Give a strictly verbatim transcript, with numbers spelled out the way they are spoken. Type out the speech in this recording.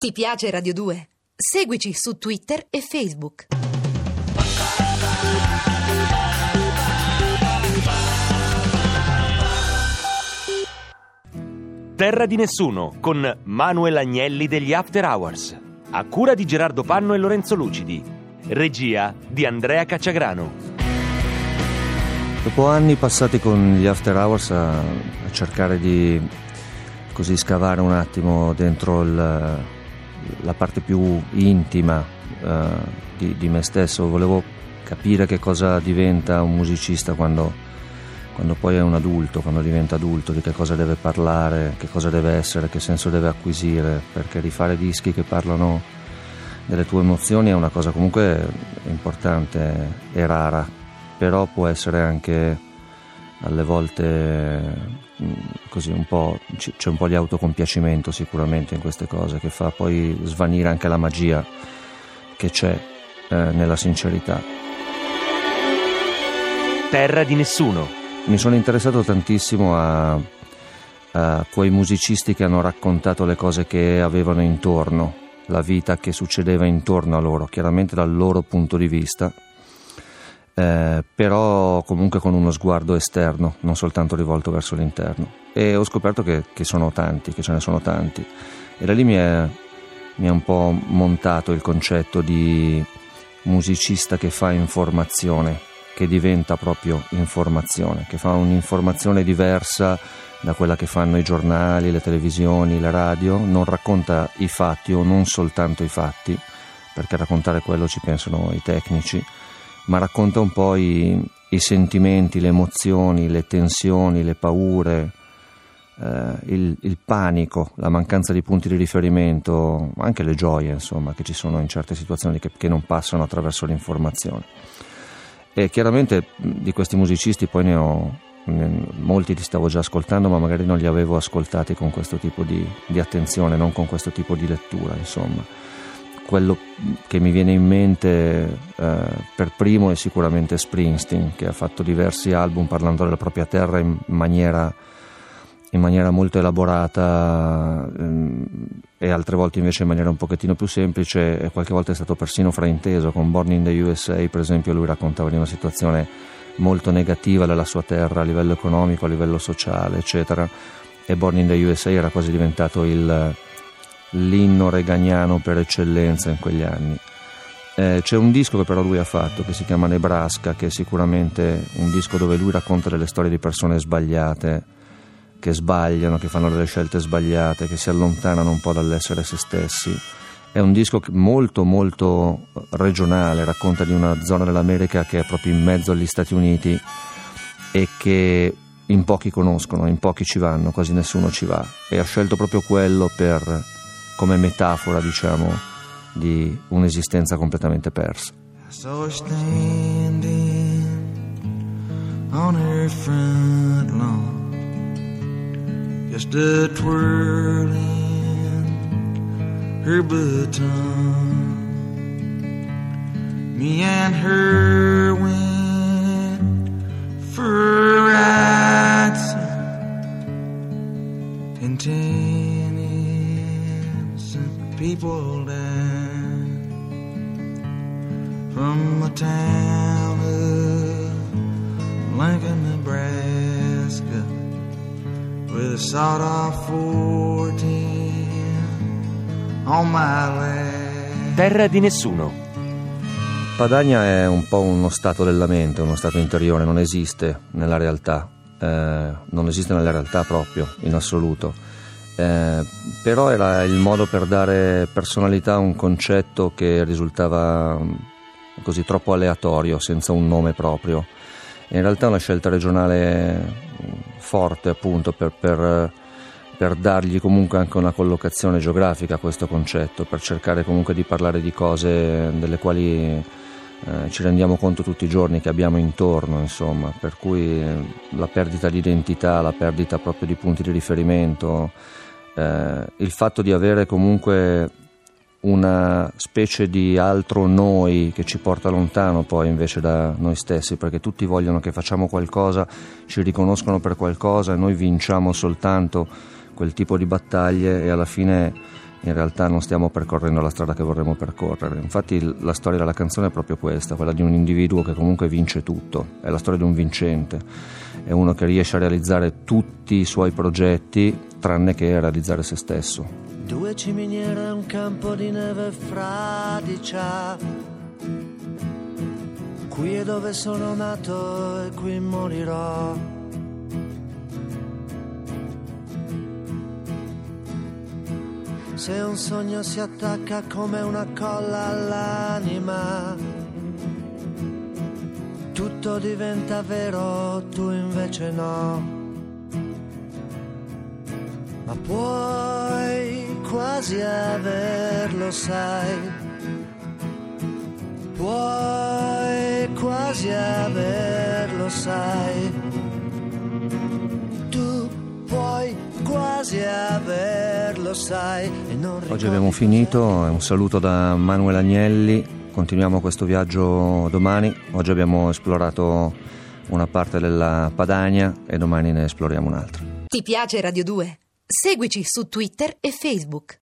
Ti piace Radio due? Seguici su Twitter e Facebook. Terra di Nessuno con Manuel Agnelli degli After Hours, a cura di Gerardo Panno e Lorenzo Lucidi, regia di Andrea Cacciagrano. Dopo anni passati con gli After Hours a, a cercare di così scavare un attimo dentro il, la parte più intima uh, di, di me stesso, volevo capire che cosa diventa un musicista quando quando poi è un adulto, quando diventa adulto, di che cosa deve parlare, che cosa deve essere, che senso deve acquisire, perché rifare dischi che parlano delle tue emozioni è una cosa comunque importante e rara, però può essere anche alle volte così un po', c'è un po' di autocompiacimento sicuramente in queste cose, che fa poi svanire anche la magia che c'è eh, nella sincerità. Terra di Nessuno. Mi sono interessato tantissimo a, a quei musicisti che hanno raccontato le cose che avevano intorno, la vita che succedeva intorno a loro, chiaramente dal loro punto di vista, eh, però comunque con uno sguardo esterno, non soltanto rivolto verso l'interno. E ho scoperto che, che sono tanti, che ce ne sono tanti. E da lì mi è, mi è un po' montato il concetto di musicista che fa informazione, che diventa proprio informazione, che fa un'informazione diversa da quella che fanno i giornali, le televisioni, le radio, non racconta i fatti o non soltanto i fatti, perché a raccontare quello ci pensano i tecnici, ma racconta un po' i, i sentimenti, le emozioni, le tensioni, le paure, eh, il, il panico, la mancanza di punti di riferimento, anche le gioie, insomma, che ci sono in certe situazioni che, che non passano attraverso l'informazione. E chiaramente di questi musicisti poi ne ho ne, molti li stavo già ascoltando, ma magari non li avevo ascoltati con questo tipo di, di attenzione, non con questo tipo di lettura. Insomma, quello che mi viene in mente eh, per primo è sicuramente Springsteen, che ha fatto diversi album parlando della propria terra in maniera in maniera molto elaborata ehm, e altre volte invece in maniera un pochettino più semplice, e qualche volta è stato persino frainteso. Con Born in the U S A, per esempio, lui raccontava di una situazione molto negativa della sua terra a livello economico, a livello sociale, eccetera, e Born in the U S A era quasi diventato il, l'inno reganiano per eccellenza in quegli anni. Eh, c'è un disco che però lui ha fatto che si chiama Nebraska, che è sicuramente un disco dove lui racconta delle storie di persone sbagliate, che sbagliano, che fanno delle scelte sbagliate, che si allontanano un po' dall'essere se stessi. È un disco molto molto regionale, racconta di una zona dell'America che è proprio in mezzo agli Stati Uniti e che in pochi conoscono, in pochi ci vanno, quasi nessuno ci va, e ha scelto proprio quello per, come metafora, diciamo, di un'esistenza completamente persa. I saw her standing on her front lawn, just a twirling her baton. Me and her went for a ride, and ten innocent people died from a town of Lincoln, Nebraska, with a sawed-off fourteen on my lap. Terra di Nessuno. Padania è un po' uno stato della mente, uno stato interiore, non esiste nella realtà, eh, non esiste nella realtà proprio, in assoluto. Eh, però era il modo per dare personalità a un concetto che risultava così troppo aleatorio, senza un nome proprio. In realtà è una scelta regionale forte, appunto, per, per, per dargli comunque anche una collocazione geografica a questo concetto, per cercare comunque di parlare di cose delle quali eh, ci rendiamo conto tutti i giorni che abbiamo intorno, insomma, per cui la perdita di identità, la perdita proprio di punti di riferimento, eh, il fatto di avere comunque una specie di altro noi che ci porta lontano poi invece da noi stessi, perché tutti vogliono che facciamo qualcosa, ci riconoscono per qualcosa e noi vinciamo soltanto quel tipo di battaglie, e alla fine in realtà non stiamo percorrendo la strada che vorremmo percorrere. Infatti la storia della canzone è proprio questa, quella di un individuo che comunque vince tutto, è la storia di un vincente, è uno che riesce a realizzare tutti i suoi progetti tranne che realizzare se stesso. Due ciminiere e un campo di neve fradicia, qui è dove sono nato e qui morirò. Se un sogno si attacca come una colla all'anima, tutto diventa vero, tu invece no. Ma puoi quasi averlo, sai, puoi quasi averlo, sai, tu puoi quasi averlo, sai, e non ricordi. Oggi abbiamo finito, un saluto da Manuel Agnelli, continuiamo questo viaggio domani. Oggi abbiamo esplorato una parte della Padania e domani ne esploriamo un'altra. Ti piace Radio due? Seguici su Twitter e Facebook.